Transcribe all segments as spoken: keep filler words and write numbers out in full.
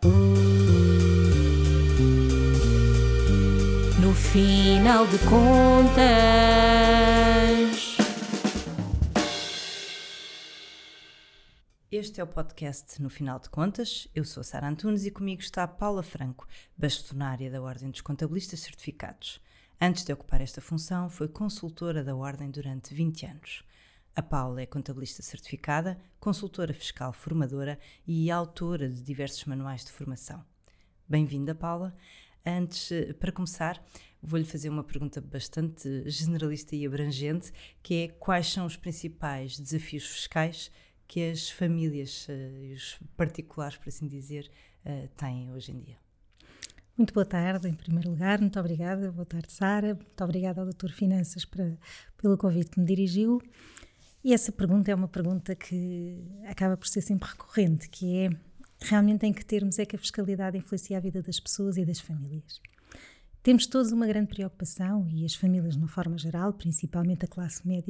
No final de contas. Este é o podcast No Final de Contas. Eu sou Sara Antunes e comigo está a Paula Franco, bastonária da Ordem dos Contabilistas Certificados. Antes de ocupar esta função, foi consultora da Ordem durante vinte anos. A Paula é contabilista certificada, consultora fiscal formadora e autora de diversos manuais de formação. Bem-vinda, Paula. Antes, para começar, vou-lhe fazer uma pergunta bastante generalista e abrangente, que é: quais são os principais desafios fiscais que as famílias e uh, os particulares, por assim dizer, uh, têm hoje em dia? Muito boa tarde, em primeiro lugar, muito obrigada. Boa tarde, Sara. Muito obrigada ao doutor Finanças para, pelo convite que me dirigiu. E essa pergunta é uma pergunta que acaba por ser sempre recorrente, que é: realmente em que termos é que a fiscalidade influencia a vida das pessoas e das famílias? Temos todos uma grande preocupação, e as famílias de uma forma geral, principalmente a classe média,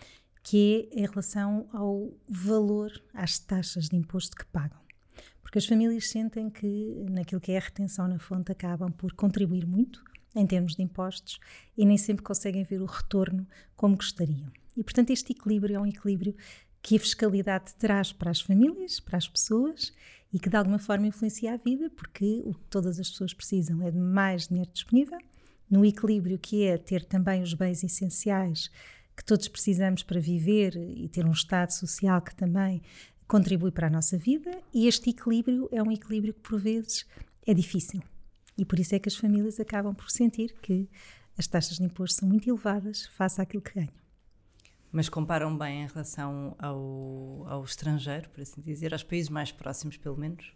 que é em relação ao valor, às taxas de imposto que pagam. Porque as famílias sentem que, naquilo que é a retenção na fonte, acabam por contribuir muito em termos de impostos e nem sempre conseguem ver o retorno como gostariam. E, portanto, este equilíbrio é um equilíbrio que a fiscalidade traz para as famílias, para as pessoas, e que de alguma forma influencia a vida, porque o que todas as pessoas precisam é de mais dinheiro disponível, no equilíbrio que é ter também os bens essenciais que todos precisamos para viver e ter um estado social que também contribui para a nossa vida, e este equilíbrio é um equilíbrio que por vezes é difícil. E por isso é que as famílias acabam por sentir que as taxas de imposto são muito elevadas face àquilo que ganham. Mas comparam bem em relação ao, ao estrangeiro, por assim dizer, aos países mais próximos, pelo menos?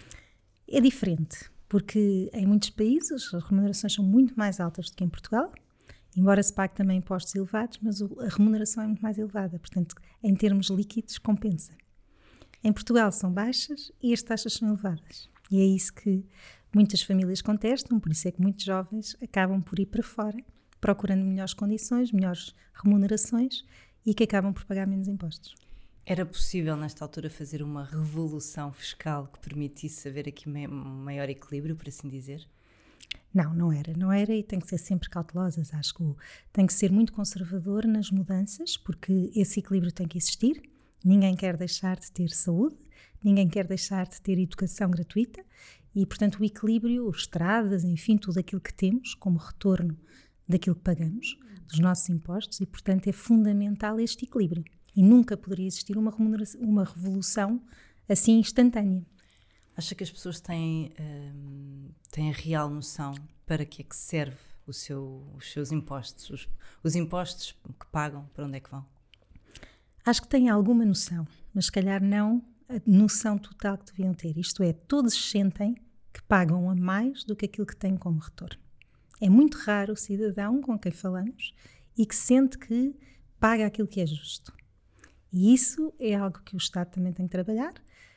É diferente, porque em muitos países as remunerações são muito mais altas do que em Portugal, embora se pague também impostos elevados, mas a remuneração é muito mais elevada, portanto, em termos líquidos, compensa. Em Portugal são baixas e as taxas são elevadas. E é isso que muitas famílias contestam, por isso é que muitos jovens acabam por ir para fora, procurando melhores condições, melhores remunerações, e que acabam por pagar menos impostos. Era possível, nesta altura, fazer uma revolução fiscal que permitisse haver aqui um maior equilíbrio, por assim dizer? Não, não era, não era, e tem que ser sempre cautelosas. Acho que tem que ser muito conservador nas mudanças, porque esse equilíbrio tem que existir. Ninguém quer deixar de ter saúde, ninguém quer deixar de ter educação gratuita e, portanto, o equilíbrio, estradas, enfim, tudo aquilo que temos como retorno daquilo que pagamos, dos nossos impostos, e, portanto, é fundamental este equilíbrio. E nunca poderia existir uma, uma revolução assim instantânea. Acha que as pessoas têm, hum, têm a real noção para que é que serve o seu, os seus impostos? Os, os impostos que pagam, para onde é que vão? Acho que têm alguma noção, mas se calhar não a noção total que deviam ter. Isto é, todos sentem que pagam a mais do que aquilo que têm como retorno. É muito raro o cidadão com quem falamos e que sente que paga aquilo que é justo. E isso é algo que o Estado também tem que trabalhar.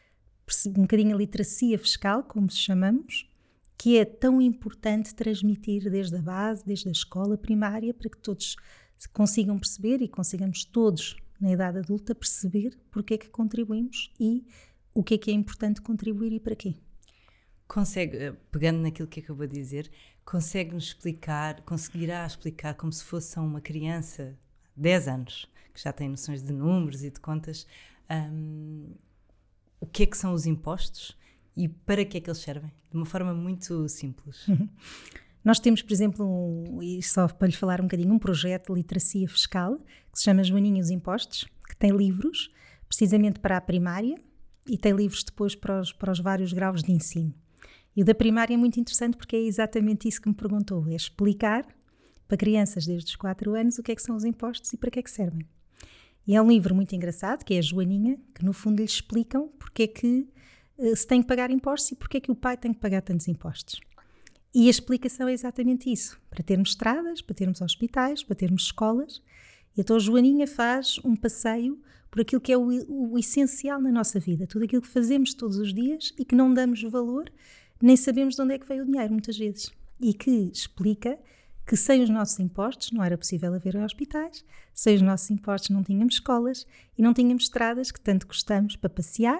Um bocadinho a literacia fiscal, como se chamamos, que é tão importante transmitir desde a base, desde a escola primária, para que todos consigam perceber e consigamos todos, na idade adulta, perceber porque é que contribuímos e o que é que é importante contribuir e para quê. Consegue, pegando naquilo que acabou de dizer, consegue-nos explicar, conseguirá explicar como se fosse a uma criança de dez anos, que já tem noções de números e de contas, hum, o que é que são os impostos e para que é que eles servem? De uma forma muito simples. Uhum. Nós temos, por exemplo, um, e só para lhe falar um bocadinho, um projeto de literacia fiscal que se chama Joaninha e os Impostos, que tem livros precisamente para a primária e tem livros depois para os, para os vários graus de ensino. E o da primária é muito interessante porque é exatamente isso que me perguntou, é explicar para crianças desde os quatro anos o que é que são os impostos e para que é que servem. E é um livro muito engraçado, que é a Joaninha, que no fundo lhe explicam porque é que uh, se tem que pagar impostos e porque é que o pai tem que pagar tantos impostos. E a explicação é exatamente isso, para termos estradas, para termos hospitais, para termos escolas. E então a Joaninha faz um passeio por aquilo que é o, o essencial na nossa vida, tudo aquilo que fazemos todos os dias e que não damos valor, nem sabemos de onde é que veio o dinheiro, muitas vezes. E que explica que sem os nossos impostos não era possível haver hospitais, sem os nossos impostos não tínhamos escolas e não tínhamos estradas que tanto gostamos para passear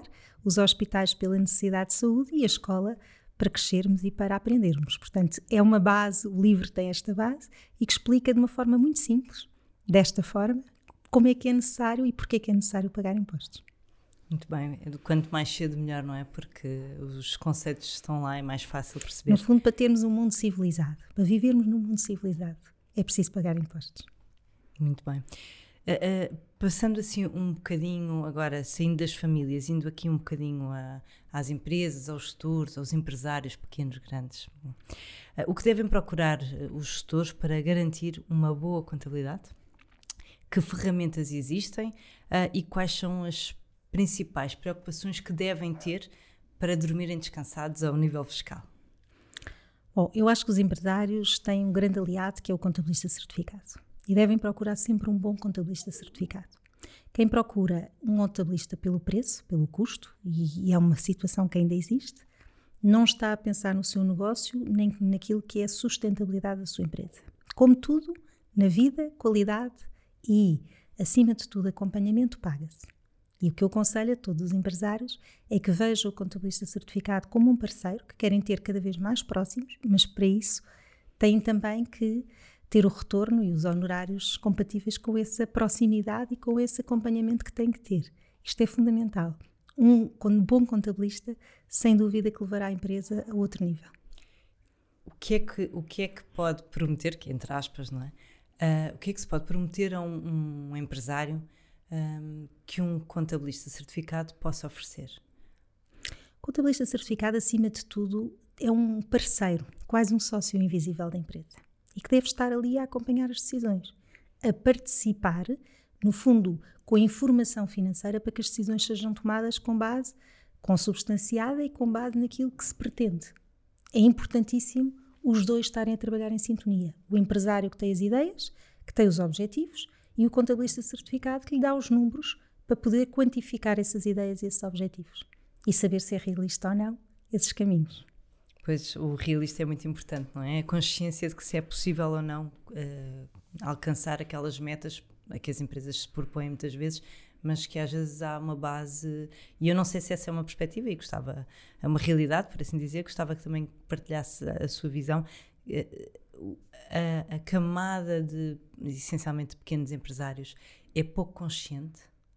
os hospitais pela necessidade de saúde e a escola para crescermos e para aprendermos. Portanto, é uma base, o livro tem esta base e que explica de uma forma muito simples, desta forma, como é que é necessário e porque é que é necessário pagar impostos. Muito bem, quanto mais cedo melhor, não é? Porque os conceitos estão lá, é mais fácil perceber. No fundo, para termos um mundo civilizado, para vivermos num mundo civilizado, é preciso pagar impostos. Muito bem. Uh, uh, passando assim um bocadinho, agora saindo das famílias, indo aqui um bocadinho a, às empresas, aos gestores, aos empresários pequenos, grandes. Uh, o que devem procurar uh, os gestores para garantir uma boa contabilidade? Que ferramentas existem uh, e quais são as principais preocupações que devem ter para dormirem descansados ao nível fiscal? Bom, eu acho que os empresários têm um grande aliado que é o contabilista certificado e devem procurar sempre um bom contabilista certificado. Quem procura um contabilista pelo preço, pelo custo, e, e é uma situação que ainda existe, não está a pensar no seu negócio nem naquilo que é a sustentabilidade da sua empresa. Como tudo, na vida, qualidade e, acima de tudo, acompanhamento paga-se. E o que eu aconselho a todos os empresários é que vejam o contabilista certificado como um parceiro que querem ter cada vez mais próximos, mas para isso têm também que ter o retorno e os honorários compatíveis com essa proximidade e com esse acompanhamento que têm que ter. Isto é fundamental. Um bom contabilista, sem dúvida, que levará a empresa a outro nível. O que é que, o que, é que pode prometer, que entre aspas, não é? Uh, o que é que se pode prometer a um, um empresário um, que um contabilista certificado possa oferecer? O contabilista certificado, acima de tudo, é um parceiro, quase um sócio invisível da empresa e que deve estar ali a acompanhar as decisões, a participar, no fundo, com a informação financeira para que as decisões sejam tomadas com base consubstanciada e com base naquilo que se pretende. É importantíssimo os dois estarem a trabalhar em sintonia. O empresário que tem as ideias, que tem os objetivos, e o contabilista certificado que lhe dá os números para poder quantificar essas ideias e esses objetivos e saber se é realista ou não esses caminhos. Pois, o realista é muito importante, não é? A consciência de que se é possível ou não uh, alcançar aquelas metas a que as empresas se propõem muitas vezes, mas que às vezes há uma base, e eu não sei se essa é uma perspectiva e gostava, é uma realidade, por assim dizer, gostava que também partilhasse a, a sua visão. A, a camada de, essencialmente, pequenos empresários é pouco consciente?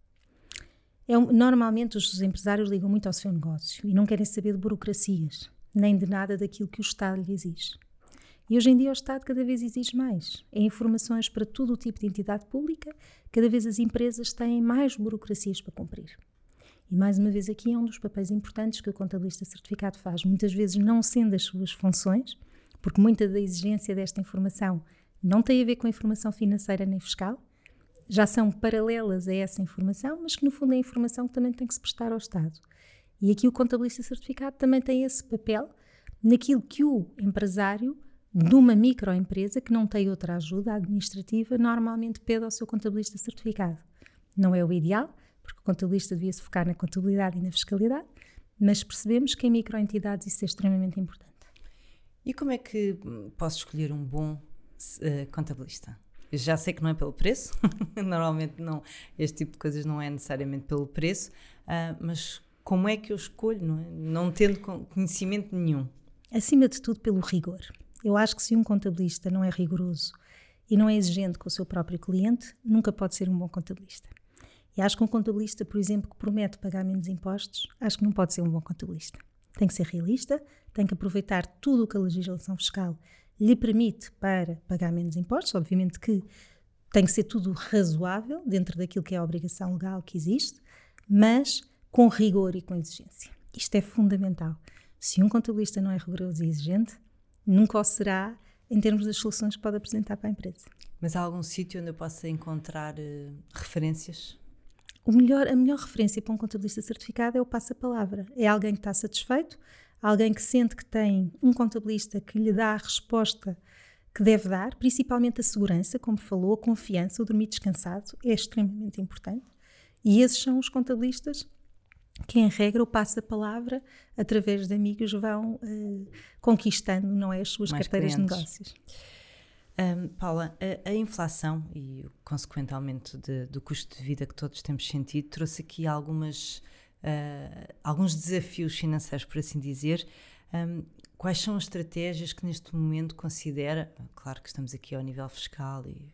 É, normalmente os empresários ligam muito ao seu negócio e não querem saber de burocracias, nem de nada daquilo que o Estado lhe exige. E hoje em dia o Estado cada vez exige mais. É informações para todo o tipo de entidade pública, cada vez as empresas têm mais burocracias para cumprir. E mais uma vez aqui é um dos papéis importantes que o contabilista certificado faz, muitas vezes não sendo as suas funções, porque muita da exigência desta informação não tem a ver com a informação financeira nem fiscal, já são paralelas a essa informação, mas que no fundo é a informação que também tem que se prestar ao Estado. E aqui o contabilista certificado também tem esse papel naquilo que o empresário de uma microempresa que não tem outra ajuda administrativa normalmente pede ao seu contabilista certificado. Não é o ideal, porque o contabilista devia-se focar na contabilidade e na fiscalidade, mas percebemos que em microentidades isso é extremamente importante. E como é que posso escolher um bom uh, contabilista? Eu já sei que não é pelo preço, normalmente não, este tipo de coisas não é necessariamente pelo preço, uh, mas como é que eu escolho, não é? Não tendo conhecimento nenhum? Acima de tudo pelo rigor. Eu acho que se um contabilista não é rigoroso e não é exigente com o seu próprio cliente, nunca pode ser um bom contabilista. E acho que um contabilista, por exemplo, que promete pagar menos impostos, acho que não pode ser um bom contabilista. Tem que ser realista, tem que aproveitar tudo o que a legislação fiscal lhe permite para pagar menos impostos. Obviamente que tem que ser tudo razoável dentro daquilo que é a obrigação legal que existe, mas com rigor e com exigência. Isto é fundamental. Se um contabilista não é rigoroso e exigente, nunca o será em termos das soluções que pode apresentar para a empresa. Mas há algum sítio onde eu possa encontrar uh, referências? O melhor, a melhor referência para um contabilista certificado é o passa-palavra. É alguém que está satisfeito, alguém que sente que tem um contabilista que lhe dá a resposta que deve dar, principalmente a segurança, como falou, a confiança, o dormir descansado, é extremamente importante. E esses são os contabilistas que, em regra, o passa-palavra, através de amigos, vão uh, conquistando, não é, as suas mais carteiras clientes. De negócios. Um, Paula, a, a inflação e, consequentemente, de, do custo de vida que todos temos sentido, trouxe aqui algumas uh, alguns desafios financeiros, por assim dizer. Um, quais são as estratégias que neste momento considera, claro que estamos aqui ao nível fiscal, e,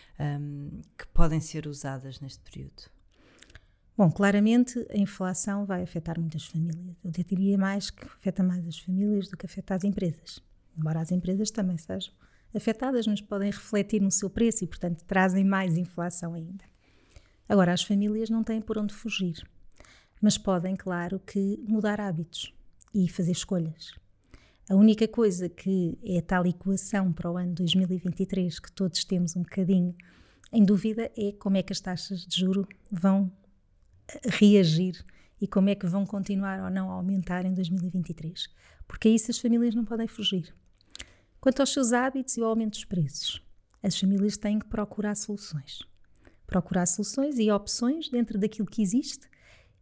um, que podem ser usadas neste período? Bom, claramente a inflação vai afetar muitas famílias. Eu diria mais que afeta mais as famílias do que afeta as empresas. Embora as empresas também sejam afetadas, mas podem refletir no seu preço e, portanto, trazem mais inflação ainda. Agora, as famílias não têm por onde fugir, mas podem, claro, que mudar hábitos e fazer escolhas. A única coisa que é a tal equação para o ano dois mil e vinte e três, que todos temos um bocadinho em dúvida, é como é que as taxas de juros vão reagir e como é que vão continuar ou não a aumentar em dois mil e vinte e três. Porque a isso as famílias não podem fugir. Quanto aos seus hábitos e ao aumento dos preços, as famílias têm que procurar soluções. Procurar soluções e opções dentro daquilo que existe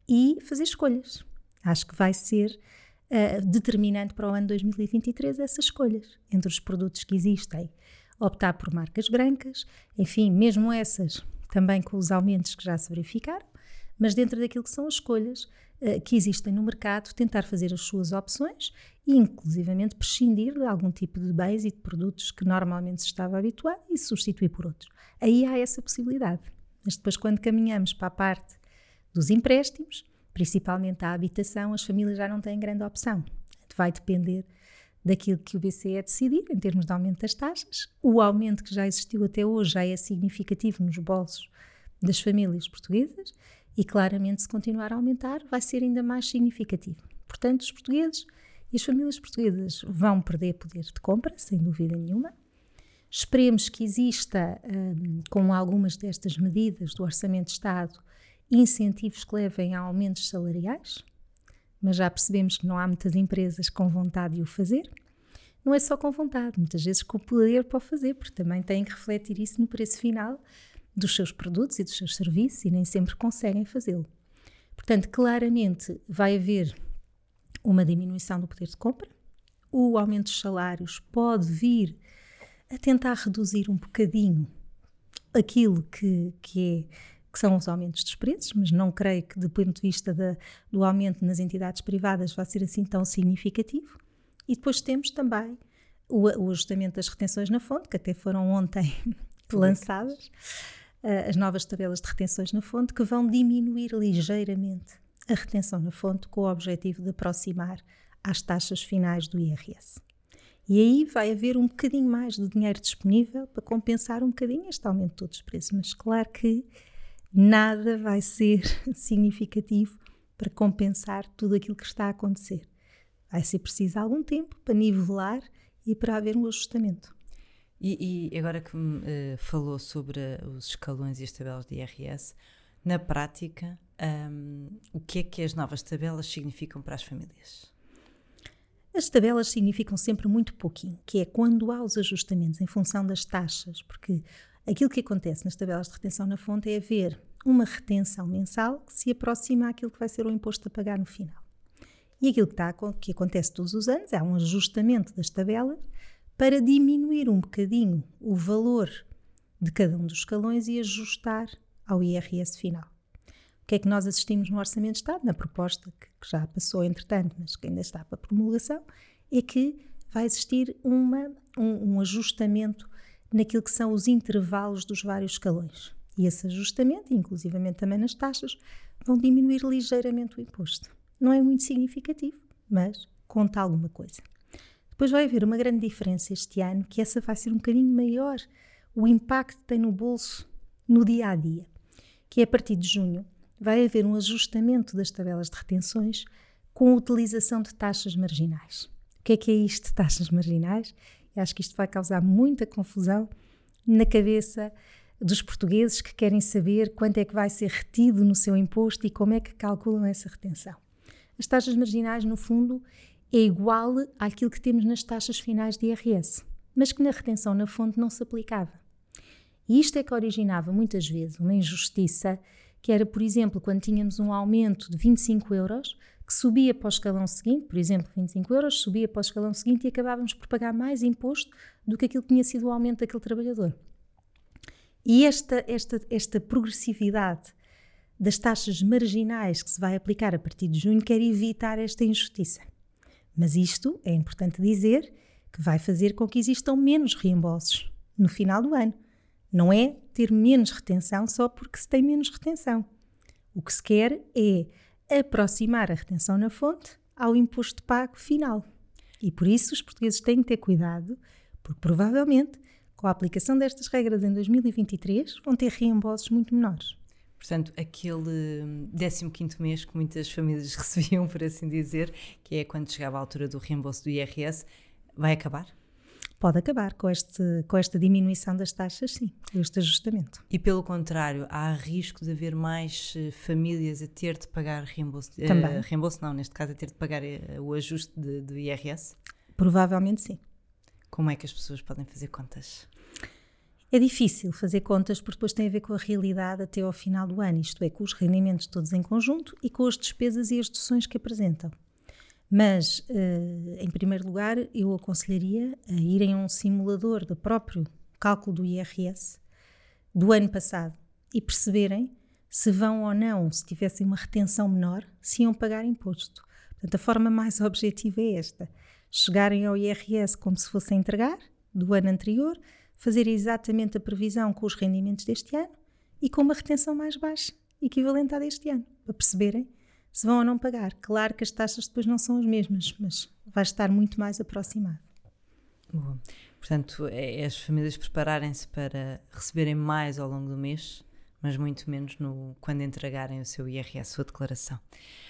e fazer escolhas. Acho que vai ser uh, determinante para o ano dois mil e vinte e três essas escolhas. Entre os produtos que existem, optar por marcas brancas, enfim, mesmo essas também com os aumentos que já se verificaram, mas dentro daquilo que são as escolhas uh, que existem no mercado, tentar fazer as suas opções e, inclusivamente, prescindir de algum tipo de bens e de produtos que normalmente se estava habituado e substituir por outros. Aí há essa possibilidade. Mas depois, quando caminhamos para a parte dos empréstimos, principalmente a habitação, as famílias já não têm grande opção. Vai depender daquilo que o B C E decidir em termos de aumento das taxas. O aumento que já existiu até hoje já é significativo nos bolsos das famílias portuguesas e, claramente, se continuar a aumentar, vai ser ainda mais significativo. Portanto, os portugueses e as famílias portuguesas vão perder poder de compra, sem dúvida nenhuma. Esperemos que exista, um, com algumas destas medidas do Orçamento de Estado, incentivos que levem a aumentos salariais, mas já percebemos que não há muitas empresas com vontade de o fazer. Não é só com vontade, muitas vezes com o poder para o fazer, porque também têm que refletir isso no preço final dos seus produtos e dos seus serviços e nem sempre conseguem fazê-lo. Portanto, claramente vai haver uma diminuição do poder de compra, o aumento dos salários pode vir a tentar reduzir um bocadinho aquilo que, que, é, que são os aumentos dos preços, mas não creio que, do ponto de vista da, do aumento nas entidades privadas, vai ser assim tão significativo. E depois temos também o, o ajustamento das retenções na fonte, que até foram ontem lançadas, as novas tabelas de retenções na fonte, que vão diminuir ligeiramente a retenção na fonte com o objetivo de aproximar às taxas finais do I R S. E aí vai haver um bocadinho mais de dinheiro disponível para compensar um bocadinho este aumento de todos os preços, mas claro que nada vai ser significativo para compensar tudo aquilo que está a acontecer. Vai ser preciso algum tempo para nivelar e para haver um ajustamento. E, e agora que me uh, falou sobre os escalões e as tabelas de I R S, na prática, um, o que é que as novas tabelas significam para as famílias? As tabelas significam sempre muito pouquinho, que é quando há os ajustamentos em função das taxas, porque aquilo que acontece nas tabelas de retenção na fonte é haver uma retenção mensal que se aproxima àquilo que vai ser o imposto a pagar no final. E aquilo que, está, que acontece todos os anos é um ajustamento das tabelas para diminuir um bocadinho o valor de cada um dos escalões e ajustar ao I R S final. O que é que nós assistimos no Orçamento de Estado, na proposta que, que já passou entretanto, mas que ainda está para promulgação, é que vai existir uma, um, um ajustamento naquilo que são os intervalos dos vários escalões. E esse ajustamento, inclusivamente também nas taxas, vão diminuir ligeiramente o imposto. Não é muito significativo, mas conta alguma coisa. Depois vai haver uma grande diferença este ano, que essa vai ser um bocadinho maior, o impacto que tem no bolso no dia a dia, que é a partir de junho vai haver um ajustamento das tabelas de retenções com a utilização de taxas marginais. O que é que é isto de taxas marginais? Eu acho que isto vai causar muita confusão na cabeça dos portugueses que querem saber quanto é que vai ser retido no seu imposto e como é que calculam essa retenção. As taxas marginais, no fundo, é igual àquilo que temos nas taxas finais de I R S, mas que na retenção na fonte não se aplicava. E isto é que originava muitas vezes uma injustiça, que era, por exemplo, quando tínhamos um aumento de vinte e cinco euros, que subia para o escalão seguinte, por exemplo, vinte e cinco euros, subia para o escalão seguinte e acabávamos por pagar mais imposto do que aquilo que tinha sido o aumento daquele trabalhador. E esta, esta, esta progressividade das taxas marginais que se vai aplicar a partir de junho quer evitar esta injustiça. Mas isto, é importante dizer, que vai fazer com que existam menos reembolsos no final do ano. Não é ter menos retenção só porque se tem menos retenção. O que se quer é aproximar a retenção na fonte ao imposto pago final. E por isso os portugueses têm que ter cuidado, porque provavelmente, com a aplicação destas regras em dois mil e vinte e três, vão ter reembolsos muito menores. Portanto, aquele décimo quinto mês que muitas famílias recebiam, por assim dizer, que é quando chegava a altura do reembolso do I R S, vai acabar? Pode acabar com, este, com esta diminuição das taxas, sim, com este ajustamento. E pelo contrário, há risco de haver mais uh, famílias a ter de pagar reembolso? Também. Uh, reembolso não, neste caso a ter de pagar uh, o ajuste de, do I R S? Provavelmente sim. Como é que as pessoas podem fazer contas? É difícil fazer contas porque depois tem a ver com a realidade até ao final do ano, isto é, com os rendimentos todos em conjunto e com as despesas e as deduções que apresentam. Mas, eh, em primeiro lugar, eu aconselharia a irem a um simulador do próprio cálculo do I R S do ano passado e perceberem se vão ou não, se tivessem uma retenção menor, se iam pagar imposto. Portanto, a forma mais objetiva é esta: chegarem ao I R S como se fossem entregar do ano anterior, fazer exatamente a previsão com os rendimentos deste ano e com uma retenção mais baixa, equivalente à deste ano, para perceberem se vão ou não pagar. Claro que as taxas depois não são as mesmas, mas vai estar muito mais aproximado. Bom, portanto, é as famílias prepararem-se para receberem mais ao longo do mês, mas muito menos no, quando entregarem o seu I R S, a sua declaração.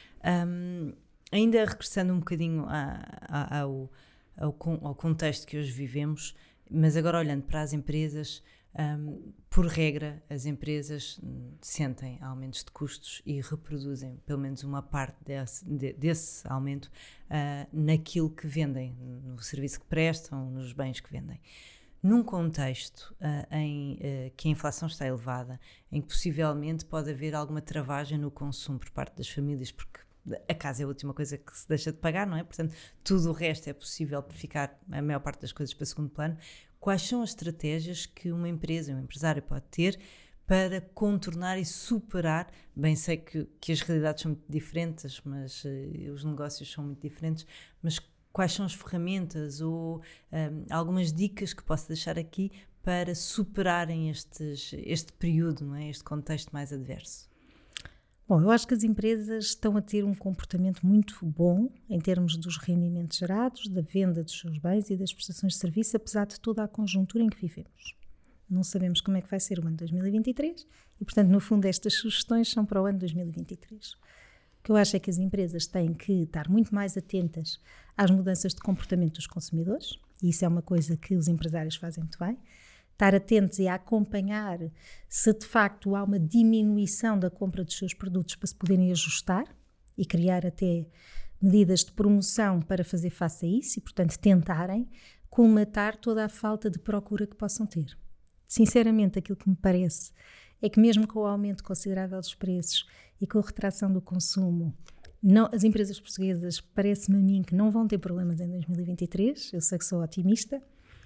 Um, ainda regressando um bocadinho a, a, ao, ao, ao contexto que hoje vivemos, mas agora olhando para as empresas, um, por regra, as empresas sentem aumentos de custos e reproduzem pelo menos uma parte desse, de, desse aumento uh, naquilo que vendem, no serviço que prestam, nos bens que vendem. Num contexto uh, em uh, que a inflação está elevada, em que possivelmente pode haver alguma travagem no consumo por parte das famílias, porque a casa é a última coisa que se deixa de pagar, não é? Portanto, tudo o resto é possível ficar a maior parte das coisas para segundo plano. Quais são as estratégias que uma empresa, um empresário pode ter para contornar e superar? Bem, sei que, que as realidades são muito diferentes, mas uh, os negócios são muito diferentes, mas quais são as ferramentas ou um, algumas dicas que posso deixar aqui para superarem estes, este período, não é? Este contexto mais adverso? Bom, eu acho que as empresas estão a ter um comportamento muito bom em termos dos rendimentos gerados, da venda dos seus bens e das prestações de serviço, apesar de toda a conjuntura em que vivemos. Não sabemos como é que vai ser o ano dois mil e vinte e três e, portanto, no fundo, estas sugestões são para o ano dois mil e vinte e três. O que eu acho é que as empresas têm que estar muito mais atentas às mudanças de comportamento dos consumidores, e isso é uma coisa que os empresários fazem muito bem. Estar atentos e a acompanhar se de facto há uma diminuição da compra dos seus produtos para se poderem ajustar e criar até medidas de promoção para fazer face a isso e, portanto, tentarem colmatar toda a falta de procura que possam ter. Sinceramente, aquilo que me parece é que mesmo com o aumento considerável dos preços e com a retração do consumo, não, as empresas portuguesas, parece-me a mim, que não vão ter problemas em dois mil e vinte e três, eu sei que sou otimista.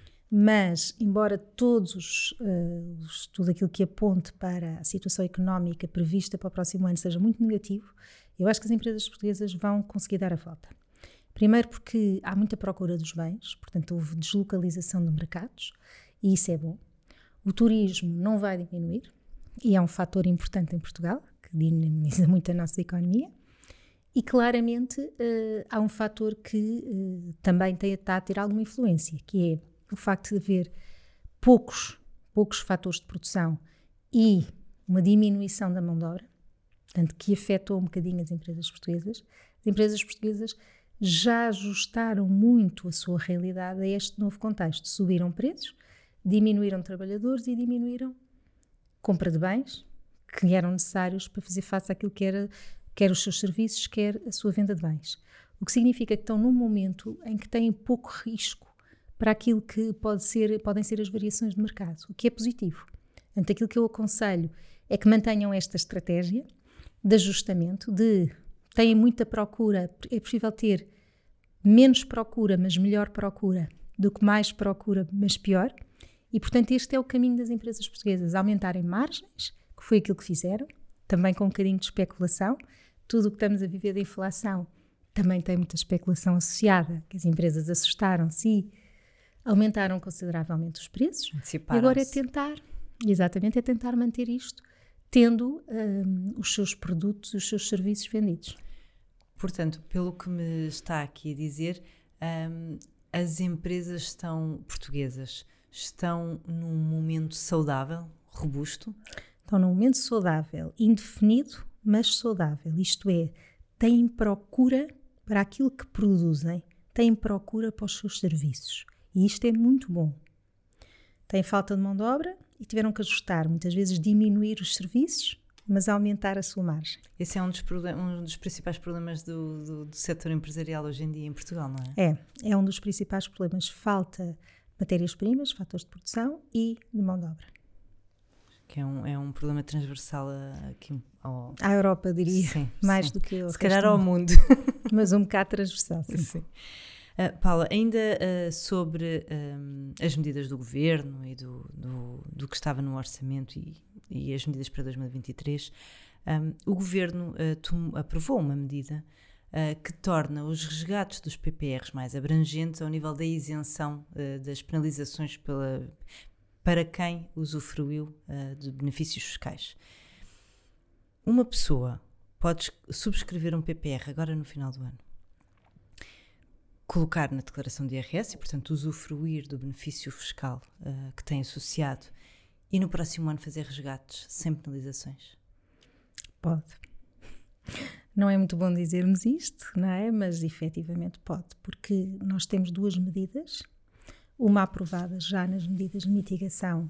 Mas, embora todos os, uh, os, tudo aquilo que aponte para a situação económica prevista para o próximo ano seja muito negativo, eu acho que as empresas portuguesas vão conseguir dar a volta. Primeiro porque há muita procura dos bens, portanto houve deslocalização de mercados, e isso é bom. O turismo não vai diminuir, e é um fator importante em Portugal, que dinamiza muito a nossa economia. E claramente uh, há um fator que uh, também tem, está a ter alguma influência, que é o facto de haver poucos, poucos fatores de produção e uma diminuição da mão de obra, portanto, que afetou um bocadinho as empresas portuguesas. As empresas portuguesas já ajustaram muito a sua realidade a este novo contexto. Subiram preços, diminuíram trabalhadores e diminuíram compra de bens que eram necessários para fazer face àquilo que era, quer os seus serviços, quer a sua venda de bens. O que significa que estão num momento em que têm pouco risco para aquilo que pode ser, podem ser as variações de mercado, o que é positivo. Portanto, aquilo que eu aconselho é que mantenham esta estratégia de ajustamento, de têm muita procura, é possível ter menos procura, mas melhor procura, do que mais procura, mas pior, e portanto este é o caminho das empresas portuguesas, aumentarem margens, que foi aquilo que fizeram. também com um bocadinho de especulação. Tudo o que estamos a viver da inflação também tem muita especulação associada, que as empresas assustaram-se e aumentaram consideravelmente os preços. E agora é tentar, exatamente, é tentar manter isto, tendo um, os seus produtos, os seus serviços vendidos. Portanto, pelo que me está aqui a dizer, um, as empresas estão portuguesas estão num momento saudável, robusto? Estão num momento saudável, indefinido, mas saudável. Isto é, têm procura para aquilo que produzem, têm procura para os seus serviços. E isto é muito bom. Têm falta de mão de obra e tiveram que ajustar, muitas vezes diminuir os serviços, mas aumentar a sua margem. Esse é um dos, um dos principais problemas do, do, do setor empresarial hoje em dia em Portugal, não é? É, é um dos principais problemas. Falta matérias-primas, fatores de produção e de mão de obra. Que é um, é um problema transversal a, aqui ao... à Europa, diria, sim, mais sim. do que ao Se calhar ao mundo. Mas um bocado transversal, sim. sim. Uh, Paula, ainda uh, sobre um, as medidas do governo e do, do, do que estava no orçamento e, e as medidas para dois mil e vinte e três, um, o governo uh, tom, aprovou uma medida uh, que torna os resgates dos P P Rs mais abrangentes ao nível da isenção uh, das penalizações pela, para quem usufruiu uh, de benefícios fiscais. Uma pessoa pode subscrever um P P R agora no final do ano, colocar na declaração de I R S e, portanto, usufruir do benefício fiscal uh, que tem associado e no próximo ano fazer resgates sem penalizações? Pode. Não é muito bom dizermos isto, não é? Mas efetivamente pode, porque nós temos duas medidas, uma aprovada já nas medidas de mitigação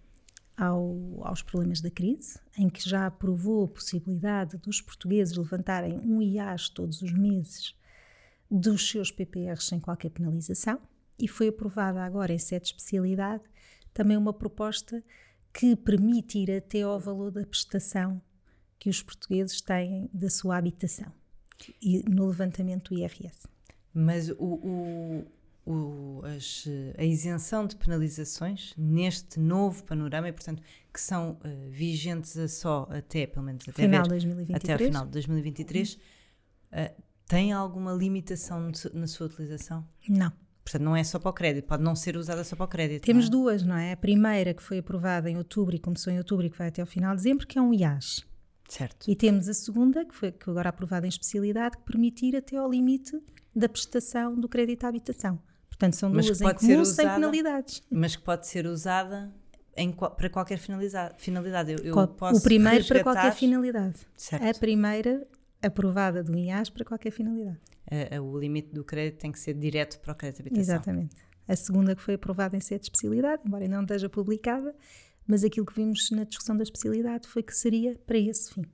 ao, aos problemas da crise, em que já aprovou a possibilidade dos portugueses levantarem um I A S todos os meses dos seus P P Rs sem qualquer penalização, e foi aprovada agora em sede de especialidade também uma proposta que permite ir até ao valor da prestação que os portugueses têm da sua habitação e no levantamento do I R S. Mas o, o, o, as, a isenção de penalizações neste novo panorama, e portanto que são uh, vigentes a só até pelo menos até, final ver, dois mil e vinte e três. Até ao final de dois mil e vinte e três, uh, tem alguma limitação na sua utilização? Não. Portanto, não é só para o crédito, pode não ser usada só para o crédito. Temos não é? duas, não é? A primeira, que foi aprovada em outubro e começou em outubro e que vai até ao final de dezembro, que é um I A S. Certo. E temos a segunda, que foi que agora aprovada em especialidade, que permite ir até ao limite da prestação do crédito à habitação. Portanto, são duas em comum sem penalidades. Mas que pode ser usada em, para qualquer finalidade. finalidade. Eu, eu Qual, posso o primeiro resgatar... para qualquer finalidade. Certo. A primeira aprovada do I A S para qualquer finalidade. A, a, o limite do crédito tem que ser direto para o crédito de habitação. Exatamente. A segunda, que foi aprovada em sede de especialidade, embora ainda não esteja publicada, mas aquilo que vimos na discussão da especialidade foi que seria para esse fim.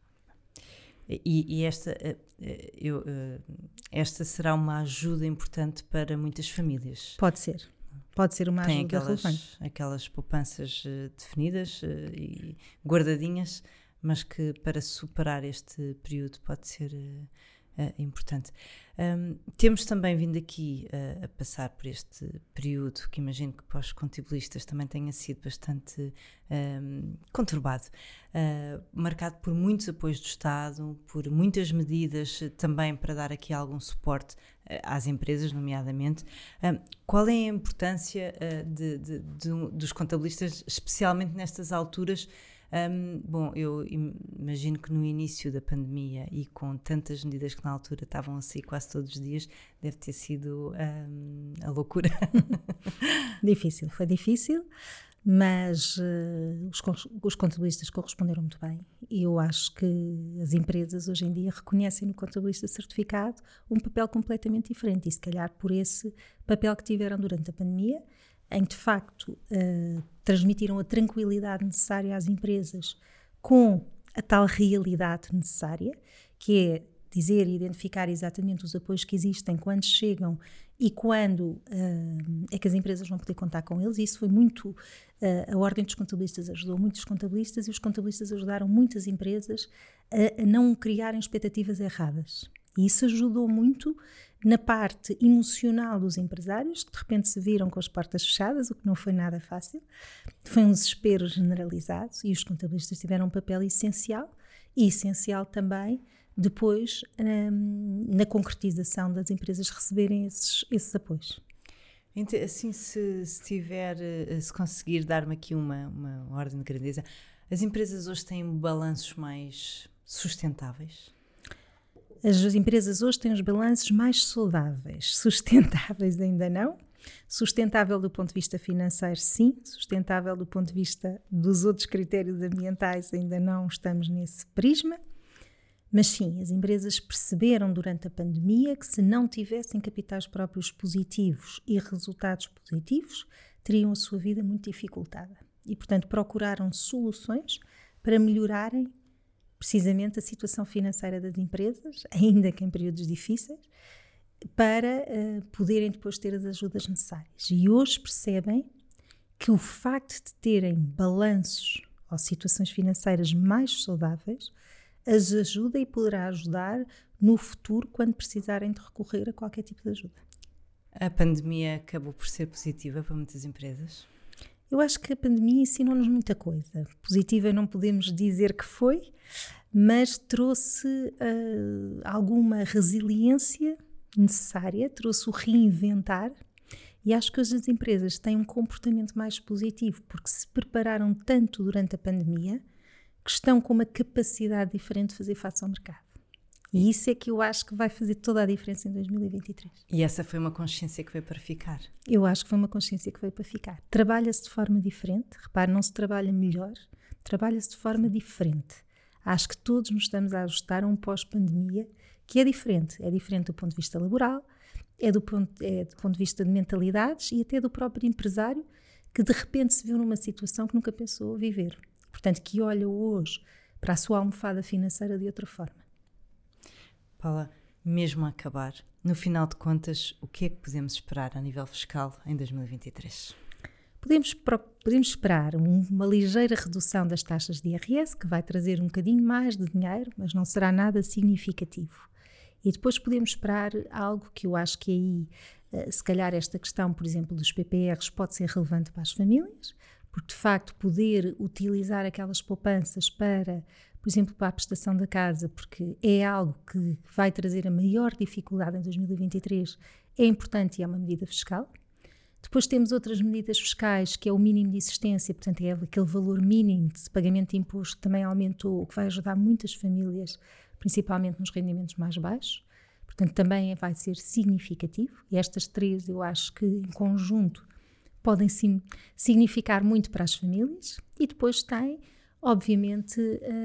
E, e esta, eu, esta será uma ajuda importante para muitas famílias. Pode ser. Pode ser uma Tem ajuda aquelas, relevante. aquelas poupanças definidas e guardadinhas, mas que para superar este período pode ser uh, importante. Um, temos também vindo aqui uh, a passar por este período que imagino que para os contabilistas também tenha sido bastante um, conturbado, uh, marcado por muitos apoios do Estado, por muitas medidas uh, também para dar aqui algum suporte uh, às empresas, nomeadamente. Um, qual é a importância uh, de, de, de, dos contabilistas, especialmente nestas alturas? Um, bom, eu imagino que no início da pandemia e com tantas medidas que na altura estavam a sair quase todos os dias, deve ter sido um, a loucura. Difícil, foi difícil, mas uh, os, os contabilistas corresponderam muito bem e eu acho que as empresas hoje em dia reconhecem no contabilista certificado um papel completamente diferente e se calhar por esse papel que tiveram durante a pandemia, em que de facto uh, transmitiram a tranquilidade necessária às empresas com a tal realidade necessária, que é dizer e identificar exatamente os apoios que existem, quando chegam e quando uh, é que as empresas vão poder contar com eles. Isso foi muito, uh, a Ordem dos Contabilistas ajudou muitos contabilistas e os contabilistas ajudaram muitas empresas a, a não criarem expectativas erradas. E isso ajudou muito na parte emocional dos empresários, que de repente se viram com as portas fechadas, o que não foi nada fácil. Foi um desespero generalizado e os contabilistas tiveram um papel essencial e essencial também depois hum, na concretização das empresas receberem esses, esses apoios. Assim, se, se tiver, se conseguir dar-me aqui uma, uma ordem de grandeza, as empresas hoje têm balanços mais sustentáveis? As empresas hoje têm os balanços mais saudáveis, sustentáveis ainda não. Sustentável do ponto de vista financeiro, sim. Sustentável do ponto de vista dos outros critérios ambientais, ainda não estamos nesse prisma. Mas sim, as empresas perceberam durante a pandemia que se não tivessem capitais próprios positivos e resultados positivos, teriam a sua vida muito dificultada. E, portanto, procuraram soluções para melhorarem precisamente a situação financeira das empresas, ainda que em períodos difíceis, para uh, poderem depois ter as ajudas necessárias. E hoje percebem que o facto de terem balanços ou situações financeiras mais saudáveis as ajuda e poderá ajudar no futuro quando precisarem de recorrer a qualquer tipo de ajuda. A pandemia acabou por ser positiva para muitas empresas? Eu acho que a pandemia ensinou-nos muita coisa. Positiva não podemos dizer que foi, mas trouxe uh, alguma resiliência necessária, trouxe o reinventar, e acho que hoje as empresas têm um comportamento mais positivo porque se prepararam tanto durante a pandemia que estão com uma capacidade diferente de fazer face ao mercado. E isso é que eu acho que vai fazer toda a diferença em dois mil e vinte e três. E essa foi uma consciência que veio para ficar? Eu acho que foi uma consciência que veio para ficar. Trabalha-se de forma diferente. Repare, não se trabalha melhor, trabalha-se de forma diferente. Acho que todos nos estamos a ajustar a um pós-pandemia que é diferente. É diferente do ponto de vista laboral, é do ponto, é do ponto de vista de mentalidades e até do próprio empresário que de repente se viu numa situação que nunca pensou viver. Portanto, que olha hoje para a sua almofada financeira de outra forma. Paula, mesmo a acabar, no final de contas, o que é que podemos esperar a nível fiscal em dois mil e vinte e três? Podemos, podemos esperar uma ligeira redução das taxas de I R S, que vai trazer um bocadinho mais de dinheiro, mas não será nada significativo. E depois podemos esperar algo que eu acho que aí, se calhar esta questão, por exemplo, dos P P Rs pode ser relevante para as famílias, porque de facto poder utilizar aquelas poupanças para, por exemplo, para a prestação da casa, porque é algo que vai trazer a maior dificuldade em dois mil e vinte e três, é importante e é uma medida fiscal. Depois temos outras medidas fiscais, que é o mínimo de existência, portanto é aquele valor mínimo de pagamento de imposto que também aumentou, o que vai ajudar muitas famílias, principalmente nos rendimentos mais baixos. Portanto, também vai ser significativo. E estas três, eu acho que em conjunto podem sim significar muito para as famílias. E depois tem, obviamente,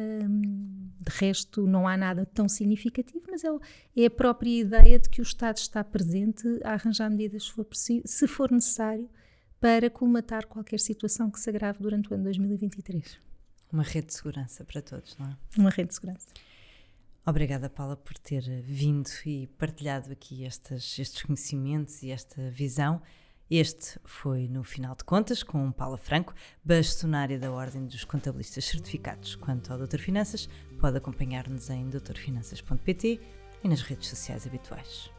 hum, de resto não há nada tão significativo, mas é, é a própria ideia de que o Estado está presente a arranjar medidas se for, se for necessário para colmatar qualquer situação que se agrave durante o ano dois mil e vinte e três. Uma rede de segurança para todos, não é? Uma rede de segurança. Obrigada, Paula, por ter vindo e partilhado aqui estes, estes conhecimentos e esta visão. Este foi, no final de contas, com Paula Franco, bastonária da Ordem dos Contabilistas Certificados. Quanto ao doutor Finanças, pode acompanhar-nos em doutor finanças ponto pt e nas redes sociais habituais.